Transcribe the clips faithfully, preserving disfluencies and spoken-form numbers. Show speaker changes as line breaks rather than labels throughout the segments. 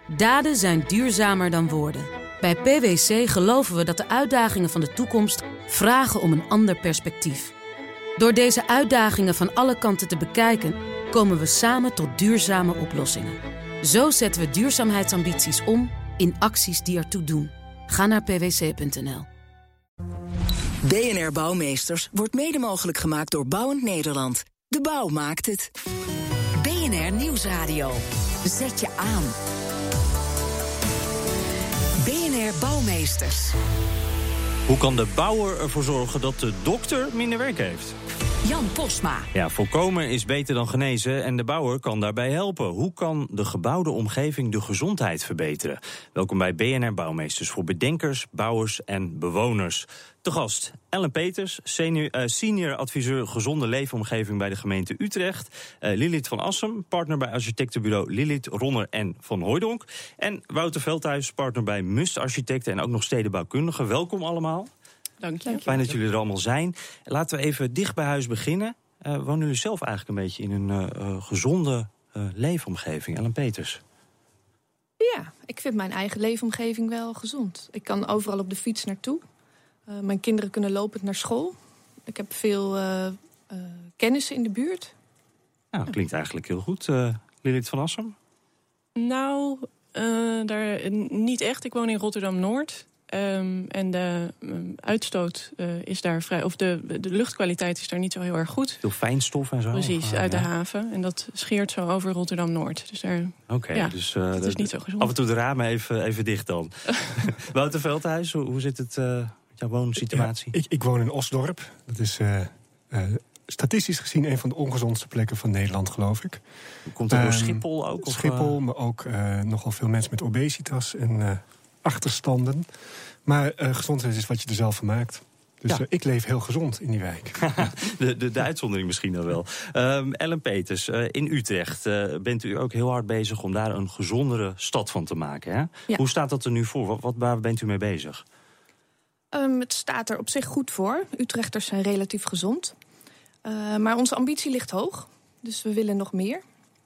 Daden zijn duurzamer dan woorden. Bij P W C geloven we dat de uitdagingen van de toekomst vragen om een ander perspectief. Door deze uitdagingen van alle kanten te bekijken, komen we samen tot duurzame oplossingen. Zo zetten we duurzaamheidsambities om in acties die ertoe doen. Ga naar p w c punt n l.
B N R Bouwmeesters wordt mede mogelijk gemaakt door Bouwend Nederland. De bouw maakt het. B N R Nieuwsradio. Zet je aan. B N R Bouwmeesters.
Hoe kan de bouwer ervoor zorgen dat de dokter minder werk heeft?
Jan Posma.
Ja, voorkomen is beter dan genezen en de bouwer kan daarbij helpen. Hoe kan de gebouwde omgeving de gezondheid verbeteren? Welkom bij B N R Bouwmeesters voor bedenkers, bouwers en bewoners. Te gast Ellen Peters, senior, uh, senior adviseur gezonde leefomgeving bij de gemeente Utrecht. Uh, Lilith van Assem, partner bij architectenbureau Lilith, Ronner en Van Hooijdonk. En Wouter Veldhuis, partner bij Must Architecten en ook nog stedenbouwkundige. Welkom allemaal.
Dank je.
Fijn dat jullie er allemaal zijn. Laten we even dicht bij huis beginnen. Uh, wonen jullie zelf eigenlijk een beetje in een uh, uh, gezonde uh, leefomgeving? Ellen Peters.
Ja, ik vind mijn eigen leefomgeving wel gezond. Ik kan overal op de fiets naartoe. Uh, mijn kinderen kunnen lopend naar school. Ik heb veel uh, uh, kennissen in de buurt.
Nou, klinkt eigenlijk heel goed. Uh, Lilith van Assem?
Nou, uh, daar, niet echt. Ik woon in Rotterdam-Noord. Um, en de um, uitstoot uh, is daar vrij... of de, de luchtkwaliteit is daar niet zo heel erg goed.
Veel fijnstof en zo?
Precies,
ah,
uit
ja.
de haven. En dat scheert zo over Rotterdam-Noord. Dus daar...
Oké, okay,
ja,
dus uh,
dat is niet zo gezond.
Af en toe de ramen even, even dicht dan. Wouter Veldhuis, hoe, hoe zit het uh, met jouw woonsituatie?
Ja, ik, ik woon in Osdorp. Dat is uh, uh, statistisch gezien een van de ongezondste plekken van Nederland, geloof ik.
Komt er door
um,
Schiphol ook?
Schiphol,
of, uh...
maar ook uh, nogal veel mensen met obesitas en uh, achterstanden. Maar uh, gezondheid is wat je er zelf van maakt. Dus ja. uh, ik leef heel gezond in die wijk.
de, de, de uitzondering misschien dan wel. Um, Ellen Peters, uh, in Utrecht uh, bent u ook heel hard bezig om daar een gezondere stad van te maken. Hè?
Ja.
Hoe staat dat er nu voor? Wat, wat, waar bent u mee bezig?
Um, het staat er op zich goed voor. Utrechters zijn relatief gezond. Uh, maar onze ambitie ligt hoog. Dus we willen nog meer.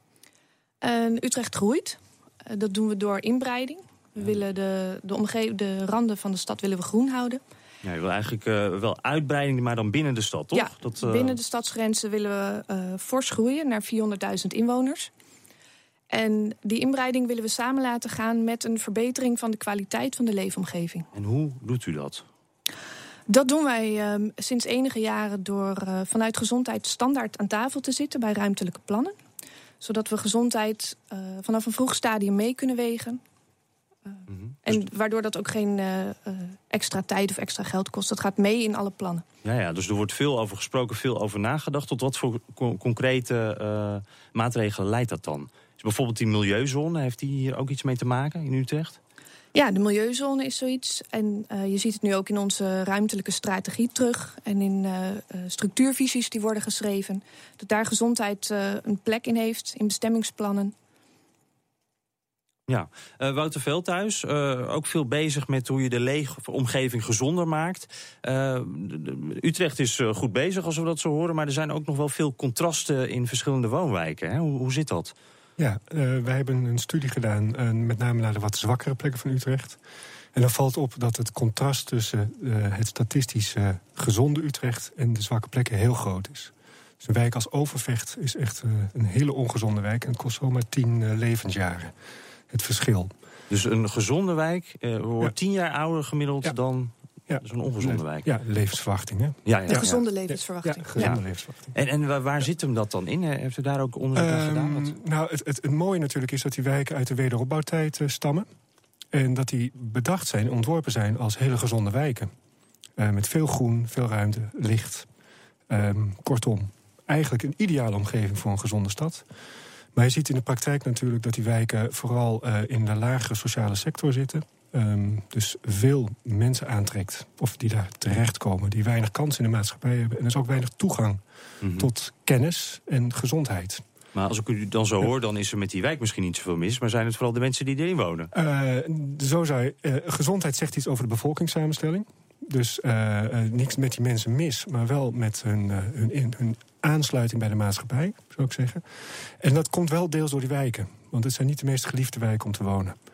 Uh, Utrecht groeit. Uh, dat doen we door inbreiding. We willen de, de, omge- de randen van de stad willen we groen houden.
Ja, je wil eigenlijk uh, wel uitbreiding, maar dan binnen de stad, toch?
Ja,
dat, uh...
binnen de stadsgrenzen willen we uh, fors groeien naar vierhonderdduizend inwoners. En die inbreiding willen we samen laten gaan met een verbetering van de kwaliteit van de leefomgeving.
En hoe doet u dat?
Dat doen wij uh, sinds enige jaren door uh, vanuit gezondheid standaard aan tafel te zitten bij ruimtelijke plannen. Zodat we gezondheid uh, vanaf een vroeg stadium mee kunnen wegen. Uh, mm-hmm. En waardoor dat ook geen uh, uh, extra tijd of extra geld kost. Dat gaat mee in alle plannen.
Ja, ja, dus er wordt veel over gesproken, veel over nagedacht. Tot wat voor co- concrete uh, maatregelen leidt dat dan? Dus bijvoorbeeld die milieuzone, heeft die hier ook iets mee te maken in Utrecht?
Ja, de milieuzone is zoiets. En uh, je ziet het nu ook in onze ruimtelijke strategie terug. En in uh, uh, structuurvisies die worden geschreven. Dat daar gezondheid uh, een plek in heeft, in bestemmingsplannen.
Ja, uh, Wouter Veldhuis, uh, ook veel bezig met hoe je de leefomgeving gezonder maakt. Uh, de, de, Utrecht is uh, goed bezig als we dat zo horen, maar er zijn ook nog wel veel contrasten in verschillende woonwijken. Hè? Hoe, hoe zit dat?
Ja, uh, wij hebben een studie gedaan, uh, met name naar de wat zwakkere plekken van Utrecht. En dan valt op dat het contrast tussen uh, het statistisch uh, gezonde Utrecht en de zwakke plekken heel groot is. Dus een wijk als Overvecht is echt uh, een hele ongezonde wijk en het kost zomaar tien uh, levensjaren. Het verschil.
Dus een gezonde wijk uh, wordt ja. tien jaar ouder gemiddeld ja. dan ja. zo'n ongezonde wijk.
Ja, levensverwachting. Hè?
Ja, ja.
De gezonde levensverwachting.
Ja, gezonde
ja.
levensverwachting.
En, en waar, waar zit hem dat dan in? Heeft u daar ook onderzoek naar um, gedaan? Wat...
Nou, het, het, het mooie natuurlijk is dat die wijken uit de wederopbouwtijd uh, stammen. En dat die bedacht zijn, ontworpen zijn als hele gezonde wijken. Uh, met veel groen, veel ruimte, licht. Um, kortom, eigenlijk een ideale omgeving voor een gezonde stad. Maar je ziet in de praktijk natuurlijk dat die wijken vooral uh, in de lagere sociale sector zitten. Um, dus veel mensen aantrekt, of die daar terechtkomen, die weinig kans in de maatschappij hebben. En er is ook weinig toegang mm-hmm. tot kennis en gezondheid.
Maar als ik u dan zo hoor, dan is er met die wijk misschien niet zoveel mis, maar zijn het vooral de mensen die erin wonen?
Uh, zo zou je, uh, gezondheid zegt iets over de bevolkingssamenstelling. Dus uh, uh, niks met die mensen mis, maar wel met hun, uh, hun, in, hun aansluiting bij de maatschappij, zou ik zeggen. En dat komt wel deels door die wijken. Want het zijn niet de meest geliefde wijken om te wonen.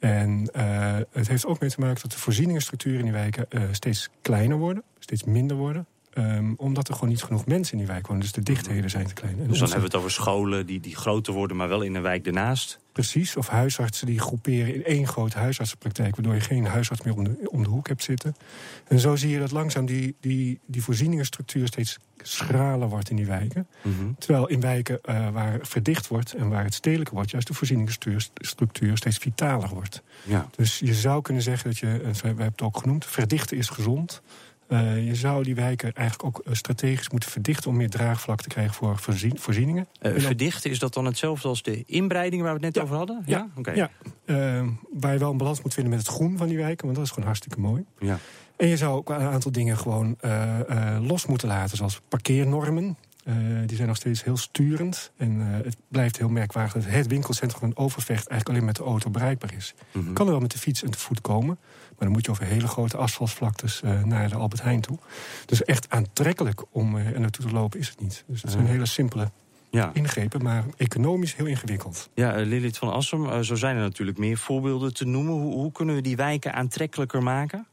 En uh, het heeft ook mee te maken dat de voorzieningenstructuren in die wijken uh, steeds kleiner worden, steeds minder worden. Um, omdat er gewoon niet genoeg mensen in die wijk wonen. Dus de dichtheden zijn te klein. En
dus dan hebben we het over scholen die, die groter worden, maar wel in een wijk ernaast.
Precies, of huisartsen die groeperen in één grote huisartsenpraktijk, waardoor je geen huisarts meer om de, om de hoek hebt zitten. En zo zie je dat langzaam die, die, die voorzieningenstructuur steeds schraler wordt in die wijken. Mm-hmm. Terwijl in wijken uh, waar verdicht wordt en waar het stedelijker wordt, juist de voorzieningenstructuur steeds vitaler wordt. Ja. Dus je zou kunnen zeggen dat je, we hebben het ook genoemd, verdichten is gezond. Uh, je zou die wijken eigenlijk ook uh, strategisch moeten verdichten om meer draagvlak te krijgen voor voorzien, voorzieningen.
Uh, verdichten, is dat dan hetzelfde als de inbreiding waar we het net
ja.
over hadden?
Ja, ja? Okay. ja. Uh, waar je wel een balans moet vinden met het groen van die wijken, want dat is gewoon hartstikke mooi. Ja. En je zou ook een aantal dingen gewoon uh, uh, los moeten laten, zoals parkeernormen. Uh, die zijn nog steeds heel sturend. En uh, het blijft heel merkwaardig dat het winkelcentrum van Overvecht eigenlijk alleen met de auto bereikbaar is. Mm-hmm. Je kan er wel met de fiets en te voet komen, maar dan moet je over hele grote asfaltvlaktes uh, naar de Albert Heijn toe. Dus echt aantrekkelijk om uh, er naartoe te lopen is het niet. Dus het zijn hele simpele ja. ingrepen, maar economisch heel ingewikkeld.
Ja, uh, Lilith van Assem, uh, zo zijn er natuurlijk meer voorbeelden te noemen. Hoe, hoe kunnen we die wijken aantrekkelijker maken?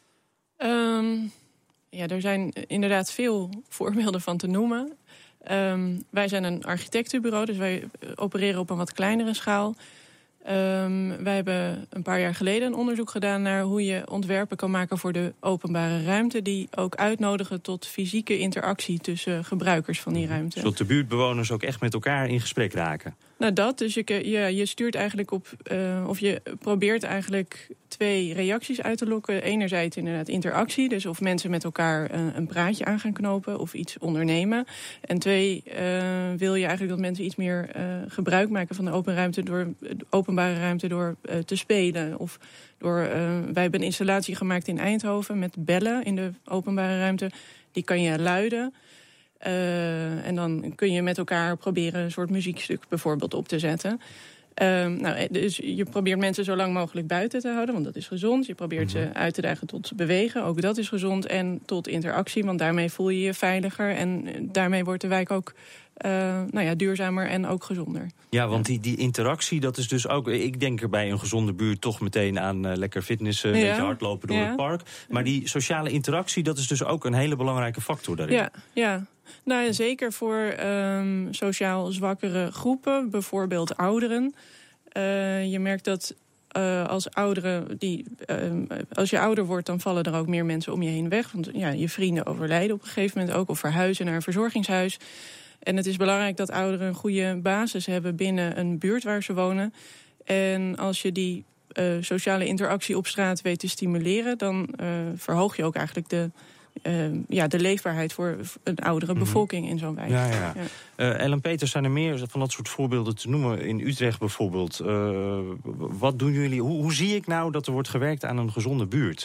Um, ja, er zijn inderdaad veel voorbeelden van te noemen. Um, wij zijn een architectenbureau, dus wij opereren op een wat kleinere schaal. Um, wij hebben een paar jaar geleden een onderzoek gedaan naar hoe je ontwerpen kan maken voor de openbare ruimte, die ook uitnodigen tot fysieke interactie tussen gebruikers van die ruimte.
Zodat de buurtbewoners ook echt met elkaar in gesprek raken.
Nou, dat. Dus je, ja, je stuurt eigenlijk op, uh, of je probeert eigenlijk twee reacties uit te lokken. Enerzijds inderdaad interactie, dus of mensen met elkaar uh, een praatje aan gaan knopen of iets ondernemen. En twee, uh, wil je eigenlijk dat mensen iets meer uh, gebruik maken van de open ruimte door, de openbare ruimte door uh, te spelen. Of door, uh, wij hebben een installatie gemaakt in Eindhoven met bellen in de openbare ruimte. Die kan je luiden. Uh, en dan kun je met elkaar proberen een soort muziekstuk bijvoorbeeld op te zetten. Uh, nou, dus je probeert mensen zo lang mogelijk buiten te houden, want dat is gezond. Je probeert mm-hmm. ze uit te dagen tot bewegen, ook dat is gezond. En tot interactie, want daarmee voel je je veiliger. En daarmee wordt de wijk ook uh, nou ja, duurzamer en ook gezonder.
Ja, want die, die interactie, dat is dus ook... Ik denk er bij een gezonde buurt toch meteen aan uh, lekker fitnessen, een ja. beetje hardlopen door ja. het park. Maar die sociale interactie, dat is dus ook een hele belangrijke factor daarin.
Ja, ja. Nou ja, zeker voor um, sociaal zwakkere groepen, bijvoorbeeld ouderen. Uh, je merkt dat uh, als ouderen, die, uh, als je ouder wordt, dan vallen er ook meer mensen om je heen weg. Want ja, je vrienden overlijden op een gegeven moment ook, of verhuizen naar een verzorgingshuis. En het is belangrijk dat ouderen een goede basis hebben binnen een buurt waar ze wonen. En als je die uh, sociale interactie op straat weet te stimuleren, dan uh, verhoog je ook eigenlijk de... Uh, ja, de leefbaarheid voor een oudere bevolking in zo'n wijk.
Ja, ja. Ja. Uh, Ellen Peters, zijn er meer van dat soort voorbeelden te noemen? In Utrecht bijvoorbeeld. Uh, wat doen jullie? Hoe, hoe zie ik nou dat er wordt gewerkt aan een gezonde buurt?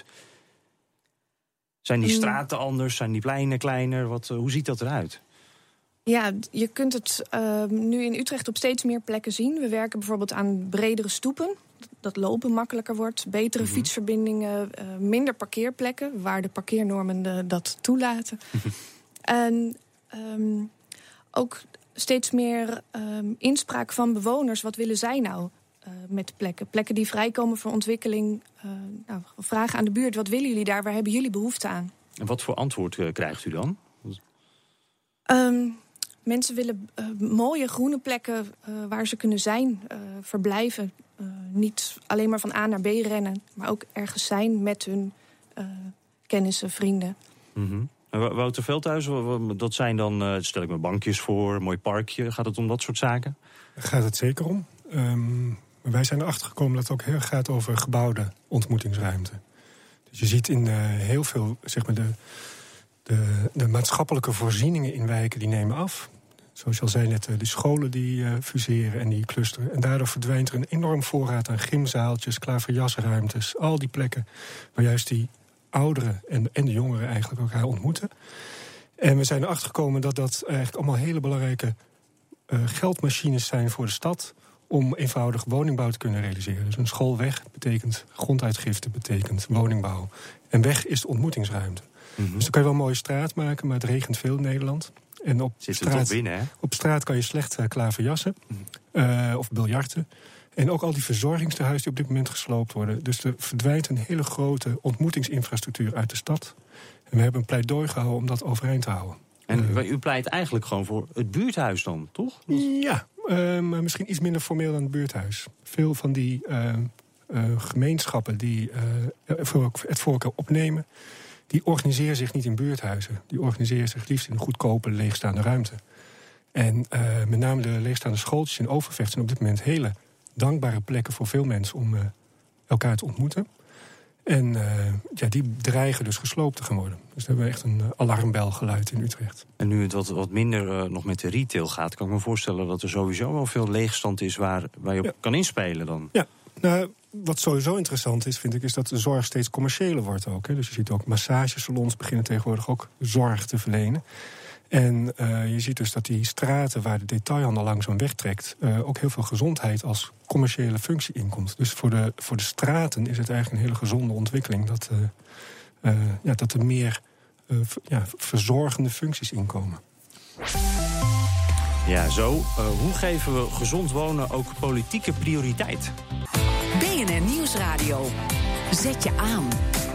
Zijn die straten anders? Zijn die pleinen kleiner? Wat, uh, hoe ziet dat eruit?
Ja, je kunt het uh, nu in Utrecht op steeds meer plekken zien. We werken bijvoorbeeld aan bredere stoepen. Dat lopen makkelijker wordt. Betere mm-hmm. fietsverbindingen. Uh, minder parkeerplekken, waar de parkeernormen uh, dat toelaten. En um, ook steeds meer um, inspraak van bewoners. Wat willen zij nou uh, met plekken? Plekken die vrijkomen voor ontwikkeling. Uh, nou, vragen aan de buurt, wat willen jullie daar? Waar hebben jullie behoefte aan?
En wat voor antwoord uh, krijgt u dan?
Um, mensen willen uh, mooie groene plekken uh, waar ze kunnen zijn, uh, verblijven. Uh, niet alleen maar van A naar B rennen, maar ook ergens zijn met hun uh, kennissen, vrienden.
Mm-hmm. Wouter Veldhuis, dat zijn dan, uh, stel ik me bankjes voor, een mooi parkje. Gaat het om dat soort zaken?
Daar gaat het zeker om. Um, wij zijn erachter gekomen dat het ook heel erg gaat over gebouwde ontmoetingsruimte. Dus je ziet in uh, heel veel, zeg maar, de, de, de maatschappelijke voorzieningen in wijken die nemen af. Zoals je al zei net, de scholen die uh, fuseren en die clusteren. En daardoor verdwijnt er een enorm voorraad aan gymzaaltjes, klaverjasruimtes. Al die plekken waar juist die ouderen en, en de jongeren eigenlijk elkaar ontmoeten. En we zijn erachter gekomen dat dat eigenlijk allemaal hele belangrijke uh, geldmachines zijn voor de stad om eenvoudig woningbouw te kunnen realiseren. Dus een school weg betekent gronduitgifte, betekent woningbouw. En weg is de ontmoetingsruimte. Mm-hmm. Dus dan kan je wel een mooie straat maken, maar het regent veel in Nederland. En op
Zit
straat,
binnen, hè?
op straat kan je slecht uh, klaverjassen mm. uh, of biljarten. En ook al die verzorgingstehuizen die op dit moment gesloopt worden. Dus er verdwijnt een hele grote ontmoetingsinfrastructuur uit de stad. En we hebben een pleidooi gehouden om dat overeind te houden.
En uh, u pleit eigenlijk gewoon voor het buurthuis dan, toch?
Ja, uh, maar misschien iets minder formeel dan het buurthuis. Veel van die uh, uh, gemeenschappen die uh, het voor elkaar opnemen, die organiseren zich niet in buurthuizen. Die organiseren zich liefst in een goedkope, leegstaande ruimte. En uh, met name de leegstaande schooltjes in Overvecht zijn op dit moment hele dankbare plekken voor veel mensen om uh, elkaar te ontmoeten. En uh, ja, die dreigen dus gesloopt te gaan worden. Dus daar hebben we echt een uh, alarmbel geluid in Utrecht.
En nu het wat, wat minder uh, nog met de retail gaat, kan ik me voorstellen dat er sowieso wel veel leegstand is waar, waar je op ja. kan inspelen dan.
Ja, nou, wat sowieso interessant is, vind ik, is dat de zorg steeds commerciëler wordt ook. Hè. Dus je ziet ook massagesalons beginnen tegenwoordig ook zorg te verlenen. En uh, je ziet dus dat die straten waar de detailhandel langzaam wegtrekt, Uh, ook heel veel gezondheid als commerciële functie inkomt. Dus voor de, voor de straten is het eigenlijk een hele gezonde ontwikkeling dat, uh, uh, ja, dat er meer uh, v- ja, verzorgende functies inkomen.
Ja, zo. Uh, hoe geven we gezond wonen ook politieke prioriteit?
B N R Nieuwsradio. Zet je aan.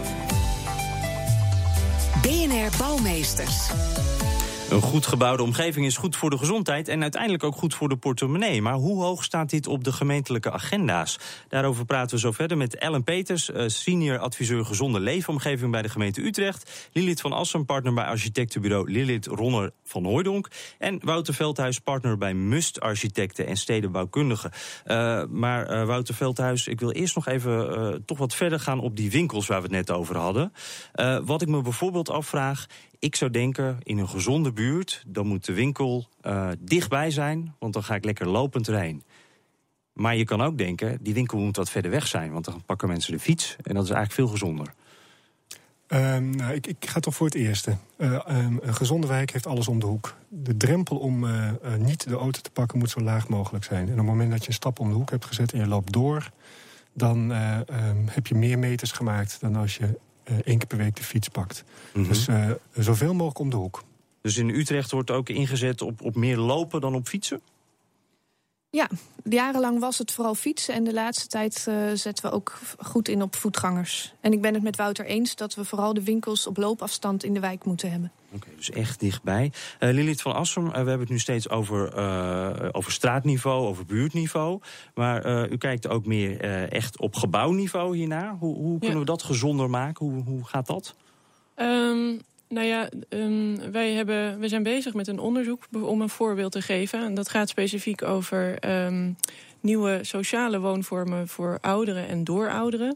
B N R Bouwmeesters.
Een goed gebouwde omgeving is goed voor de gezondheid en uiteindelijk ook goed voor de portemonnee. Maar hoe hoog staat dit op de gemeentelijke agenda's? Daarover praten we zo verder met Ellen Peters, senior adviseur gezonde leefomgeving bij de gemeente Utrecht. Lilith van Assem, partner bij architectenbureau Lilith Ronner van Hooijdonk. En Wouter Veldhuis, partner bij Must Architecten en Stedenbouwkundigen. Uh, maar uh, Wouter Veldhuis, ik wil eerst nog even uh, toch wat verder gaan op die winkels waar we het net over hadden. Uh, wat ik me bijvoorbeeld afvraag, ik zou denken, in een gezonde buurt, dan moet de winkel uh, dichtbij zijn, want dan ga ik lekker lopend erheen. Maar je kan ook denken, die winkel moet wat verder weg zijn, want dan pakken mensen de fiets en dat is eigenlijk veel gezonder.
Um, nou, ik, ik ga toch voor het eerste. Uh, um, een gezonde wijk heeft alles om de hoek. De drempel om uh, uh, niet de auto te pakken moet zo laag mogelijk zijn. En op het moment dat je een stap om de hoek hebt gezet en je loopt door, dan uh, um, heb je meer meters gemaakt dan als je Uh, één keer per week de fiets pakt. Mm-hmm. Dus uh, zoveel mogelijk om de hoek.
Dus in Utrecht wordt ook ingezet op, op meer lopen dan op fietsen?
Ja, jarenlang was het vooral fietsen. En de laatste tijd uh, zetten we ook goed in op voetgangers. En ik ben het met Wouter eens dat we vooral de winkels op loopafstand in de wijk moeten hebben.
Oké, okay, dus echt dichtbij. Uh, Lilith van Assem, uh, we hebben het nu steeds over, uh, over straatniveau, over buurtniveau. Maar uh, u kijkt ook meer uh, echt op gebouwniveau hiernaar. Hoe, hoe kunnen ja. we dat gezonder maken? Hoe, hoe gaat dat?
Um, nou ja, um, wij, hebben, wij zijn bezig met een onderzoek om een voorbeeld te geven. En dat gaat specifiek over um, nieuwe sociale woonvormen voor ouderen en door ouderen.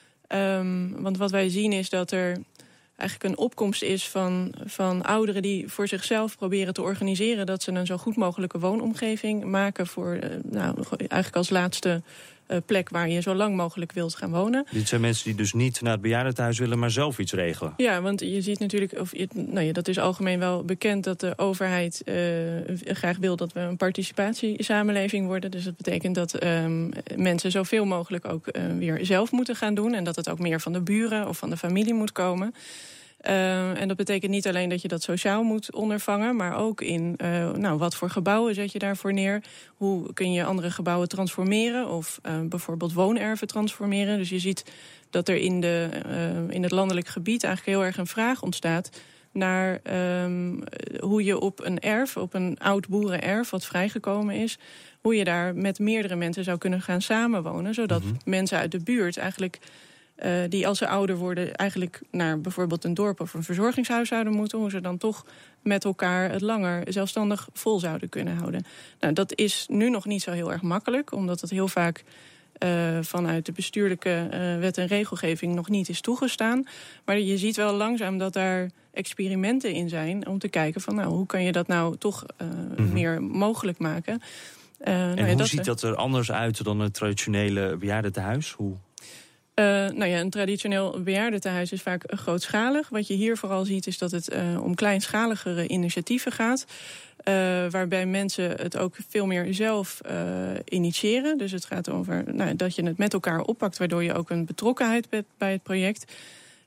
Um, want wat wij zien is dat er eigenlijk een opkomst is van, van ouderen die voor zichzelf proberen te organiseren dat ze een zo goed mogelijke woonomgeving maken voor, uh, nou, eigenlijk als laatste uh, plek waar je zo lang mogelijk wilt gaan wonen.
Dit zijn mensen die dus niet naar het bejaardentehuis willen, maar zelf iets regelen.
Ja, want je ziet natuurlijk, of nou ja, dat is algemeen wel bekend dat de overheid uh, graag wil dat we een participatiesamenleving worden. Dus dat betekent dat um, mensen zoveel mogelijk ook uh, weer zelf moeten gaan doen en dat het ook meer van de buren of van de familie moet komen. Uh, en dat betekent niet alleen dat je dat sociaal moet ondervangen, maar ook in uh, nou, wat voor gebouwen zet je daarvoor neer? Hoe kun je andere gebouwen transformeren of uh, bijvoorbeeld woonerven transformeren? Dus je ziet dat er in, de, uh, in het landelijk gebied eigenlijk heel erg een vraag ontstaat naar um, hoe je op een erf, op een oud boerenerf wat vrijgekomen is, hoe je daar met meerdere mensen zou kunnen gaan samenwonen, zodat mm-hmm. mensen uit de buurt eigenlijk Uh, die als ze ouder worden eigenlijk naar bijvoorbeeld een dorp of een verzorgingshuis zouden moeten, hoe ze dan toch met elkaar het langer zelfstandig vol zouden kunnen houden. Nou, dat is nu nog niet zo heel erg makkelijk, omdat het heel vaak uh, vanuit de bestuurlijke uh, wet en regelgeving nog niet is toegestaan. Maar je ziet wel langzaam dat daar experimenten in zijn om te kijken van nou, hoe kan je dat nou toch uh, mm-hmm. meer mogelijk maken. Uh,
en
nou ja,
hoe
dat
ziet dat er anders uit dan het traditionele bejaardentehuis? Hoe...
Uh, nou ja, een traditioneel bejaardentehuis is vaak grootschalig. Wat je hier vooral ziet is dat het uh, om kleinschaligere initiatieven gaat. Uh, waarbij mensen het ook veel meer zelf uh, initiëren. Dus het gaat over nou, dat je het met elkaar oppakt, waardoor je ook een betrokkenheid hebt bij het project.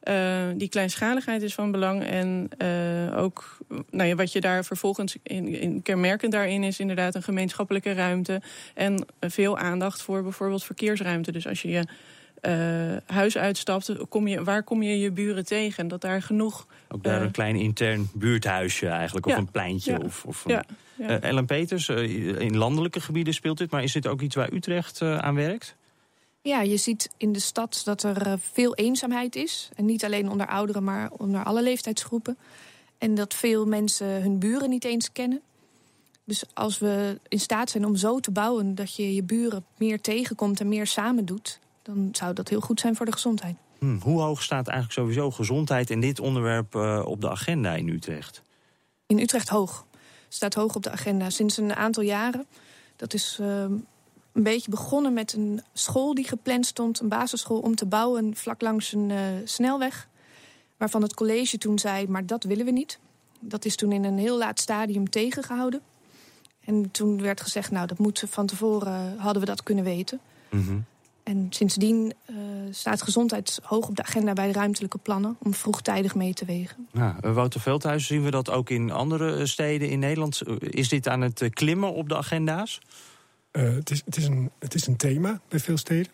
Uh, die kleinschaligheid is van belang. En uh, ook nou ja, wat je daar vervolgens in, in kenmerkend daarin is inderdaad een gemeenschappelijke ruimte. En veel aandacht voor bijvoorbeeld verkeersruimte. Dus als je je uh, huis uitstapt, kom je, waar kom je je buren tegen? Dat daar genoeg...
Ook daar
uh,
een klein intern buurthuisje eigenlijk, of ja, een pleintje. Ja, of, of een,
ja, ja.
Uh, Ellen Peters, uh, in landelijke gebieden speelt dit, maar is dit ook iets waar Utrecht uh, aan werkt?
Ja, je ziet in de stad dat er uh, veel eenzaamheid is. En niet alleen onder ouderen, maar onder alle leeftijdsgroepen. En dat veel mensen hun buren niet eens kennen. Dus als we in staat zijn om zo te bouwen dat je je buren meer tegenkomt en meer samen doet, dan zou dat heel goed zijn voor de gezondheid.
Hmm, hoe hoog staat eigenlijk sowieso gezondheid in dit onderwerp uh, op de agenda in Utrecht?
In Utrecht hoog. Staat hoog op de agenda sinds een aantal jaren. Dat is uh, een beetje begonnen met een school die gepland stond, een basisschool om te bouwen vlak langs een uh, snelweg. Waarvan het college toen zei, maar dat willen we niet. Dat is toen in een heel laat stadium tegengehouden. En toen werd gezegd, nou dat moet van tevoren, uh, hadden we dat kunnen weten.
Mm-hmm.
En sindsdien uh, staat gezondheid hoog op de agenda bij de ruimtelijke plannen om vroegtijdig mee te wegen.
Ja, Wouter Veldhuis, zien we dat ook in andere steden in Nederland? Is dit aan het klimmen op de agenda's?
Uh, het, is, het, is een, het is een thema bij veel steden.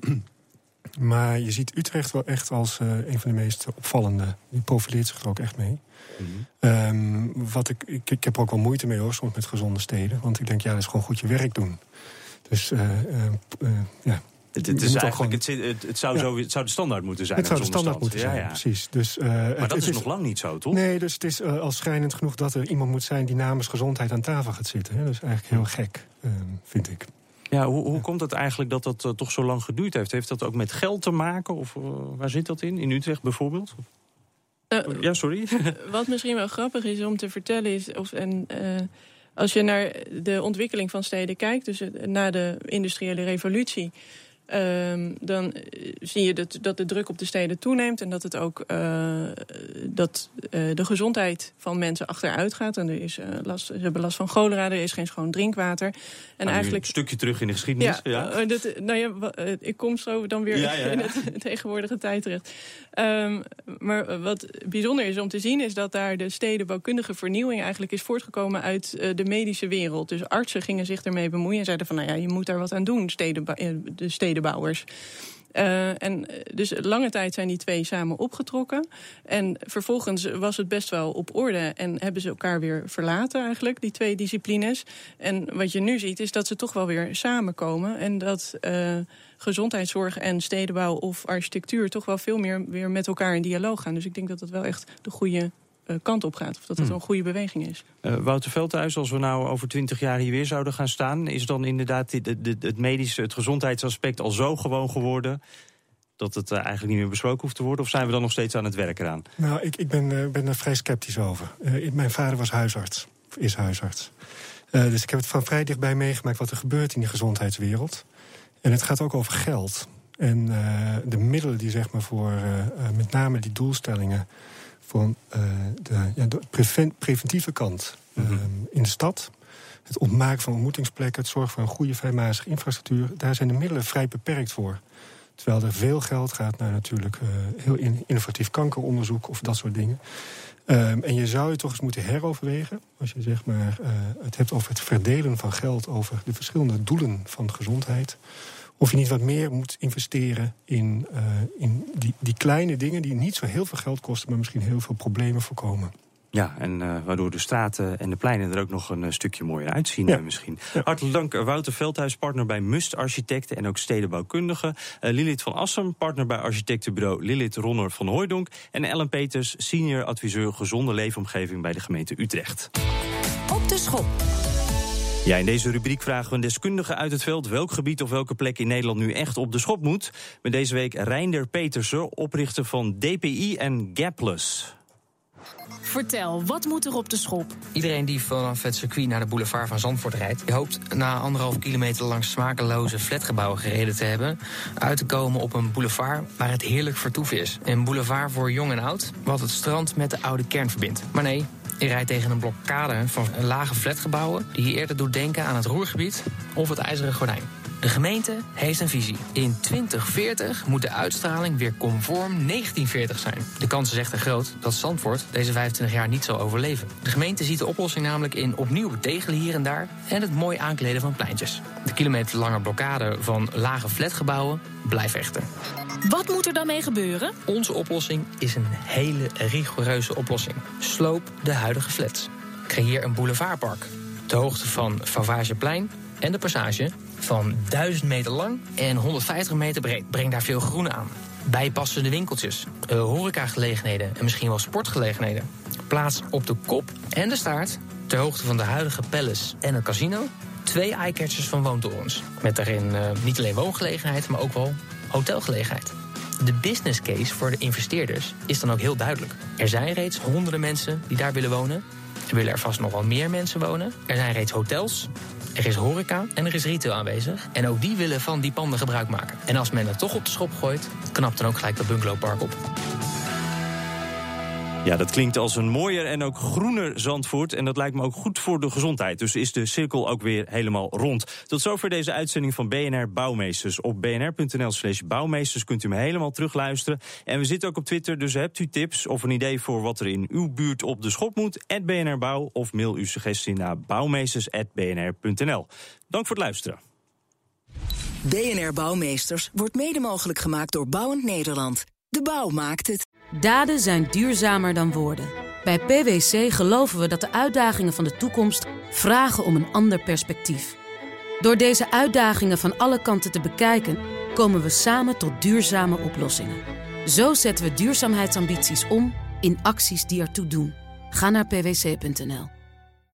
Maar je ziet Utrecht wel echt als uh, een van de meest opvallende. Die profileert zich er ook echt mee. Mm-hmm. Um, wat ik, ik, ik heb er ook wel moeite mee hoor, soms met gezonde steden. Want ik denk, ja, dat is gewoon goed je werk doen. Dus uh, uh, uh, ja...
Het, het, is eigenlijk, gewoon... het, het, zou
ja.
zo, het zou de standaard moeten zijn.
Het zou de standaard
stand.
moeten zijn, ja, ja. precies. Dus, uh,
maar
het,
dat is,
is
nog lang niet zo, toch?
Nee, dus het is uh, al schrijnend genoeg dat er iemand moet zijn die namens gezondheid aan tafel gaat zitten. Hè. Dat is eigenlijk heel gek, uh, vind ik.
Ja, hoe, hoe komt het eigenlijk dat dat uh, toch zo lang geduurd heeft? Heeft dat ook met geld te maken? Of uh, waar zit dat in? In Utrecht bijvoorbeeld? Uh, ja, sorry.
Wat misschien wel grappig is om te vertellen is... Of, en, uh, als je naar de ontwikkeling van steden kijkt, dus na de industriële revolutie, Um, dan zie je dat, dat de druk op de steden toeneemt en dat het ook uh, dat uh, de gezondheid van mensen achteruit gaat. En er is uh, last, ze hebben last van cholera, er is geen schoon drinkwater. En
nou,
eigenlijk
een stukje terug in de geschiedenis.
Ja,
ja.
Uh, dat, nou ja, uh, ik kom zo dan weer
ja, ja, ja.
in het tegenwoordige tijd terecht. Um, maar wat bijzonder is om te zien is dat daar de stedenbouwkundige vernieuwing eigenlijk is voortgekomen uit uh, de medische wereld. Dus artsen gingen zich ermee bemoeien en zeiden van nou ja, je moet daar wat aan doen, stedenba- de stedenbouwers. Uh, en dus lange tijd zijn die twee samen opgetrokken. En vervolgens was het best wel op orde en hebben ze elkaar weer verlaten eigenlijk, die twee disciplines. En wat je nu ziet is dat ze toch wel weer samenkomen en dat uh, gezondheidszorg en stedenbouw of architectuur toch wel veel meer weer met elkaar in dialoog gaan. Dus ik denk dat dat wel echt de goede uh, kant op gaat. Of dat het hmm. een goede beweging is.
Uh, Wouter Veldhuis, als we nou over twintig jaar hier weer zouden gaan staan, is dan inderdaad het, het, het medische, het gezondheidsaspect al zo gewoon geworden dat het uh, eigenlijk niet meer besproken hoeft te worden? Of zijn we dan nog steeds aan het werk eraan?
Nou, ik, ik ben, uh, ben er vrij sceptisch over. Uh, mijn vader was huisarts, of is huisarts. Uh, dus ik heb het van vrij dichtbij meegemaakt wat er gebeurt in die gezondheidswereld. En het gaat ook over geld. En uh, de middelen die zeg maar voor uh, uh, met name die doelstellingen voor uh, de, ja, de preven- preventieve kant uh, mm-hmm. in de stad, het ontmaken van ontmoetingsplekken, het zorgen voor een goede fijnmazige infrastructuur, daar zijn de middelen vrij beperkt voor. Terwijl er veel geld gaat naar natuurlijk uh, heel in, innovatief kankeronderzoek of dat soort dingen. Um, en je zou je toch eens moeten heroverwegen, als je zeg maar uh, het hebt over het verdelen van geld over de verschillende doelen van gezondheid, of je niet wat meer moet investeren in, uh, in die, die kleine dingen die niet zo heel veel geld kosten, maar misschien heel veel problemen voorkomen.
Ja, en uh, waardoor de straten en de pleinen er ook nog een uh, stukje mooier uitzien ja. uh, misschien. Ja. Hartelijk dank, uh, Wouter Veldhuis, partner bij Must Architecten en ook stedenbouwkundige. Uh, Lilith van Assem, partner bij architectenbureau Lilith Ronner van Hooijdonk. En Ellen Peters, senior adviseur gezonde leefomgeving bij de gemeente Utrecht.
Op de schop.
Ja, in deze rubriek vragen we een deskundige uit het veld welk gebied of welke plek in Nederland nu echt op de schop moet. Met deze week Reinder Petersen, oprichter van D P I en Gapless.
Vertel, wat moet er op de schop?
Iedereen die vanaf het circuit naar de boulevard van Zandvoort rijdt, die hoopt na anderhalf kilometer langs smakeloze flatgebouwen gereden te hebben, uit te komen op een boulevard waar het heerlijk vertoef is. Een boulevard voor jong en oud, wat het strand met de oude kern verbindt. Maar nee, je rijdt tegen een blokkade van lage flatgebouwen die je eerder doet denken aan het Roergebied of het IJzeren Gordijn. De gemeente heeft een visie. In twintig veertig moet de uitstraling weer conform negentien veertig zijn. De kans is echter groot dat Zandvoort deze vijfentwintig jaar niet zal overleven. De gemeente ziet de oplossing namelijk in opnieuw betegelen hier en daar en het mooi aankleden van pleintjes. De kilometerlange blokkade van lage flatgebouwen blijft echter.
Wat moet er dan mee gebeuren?
Onze oplossing is een hele rigoureuze oplossing. Sloop de huidige flats. Creëer een boulevardpark. De hoogte van Vauvageplein en de Passage van duizend meter lang en honderdvijftig meter breed. Breng daar veel groen aan. Bijpassende winkeltjes, uh, horecagelegenheden en misschien wel sportgelegenheden. Plaats op de kop en de staart, ter hoogte van de huidige Palace en het casino, twee eyecatchers van woontorens. Met daarin uh, niet alleen woongelegenheid, maar ook wel hotelgelegenheid. De business case voor de investeerders is dan ook heel duidelijk. Er zijn reeds honderden mensen die daar willen wonen. Er willen er vast nog wel meer mensen wonen. Er zijn reeds hotels, er is horeca en er is retail aanwezig. En ook die willen van die panden gebruik maken. En als men het toch op de schop gooit, knapt dan ook gelijk dat bungalowpark op.
Ja, dat klinkt als een mooier en ook groener Zandvoort. En dat lijkt me ook goed voor de gezondheid. Dus is de cirkel ook weer helemaal rond. Tot zover deze uitzending van B N R Bouwmeesters. Op bnr.nl slash bouwmeesters kunt u me helemaal terugluisteren. En we zitten ook op Twitter, dus hebt u tips of een idee voor wat er in uw buurt op de schop moet? at B N R Bouw of mail uw suggestie naar bouwmeesters at b n r punt n l. Dank voor het luisteren.
B N R Bouwmeesters wordt mede mogelijk gemaakt door Bouwend Nederland. De bouw maakt het.
Daden zijn duurzamer dan woorden. Bij P W C geloven we dat de uitdagingen van de toekomst vragen om een ander perspectief. Door deze uitdagingen van alle kanten te bekijken, komen we samen tot duurzame oplossingen. Zo zetten we duurzaamheidsambities om in acties die ertoe doen. Ga naar p w c punt n l.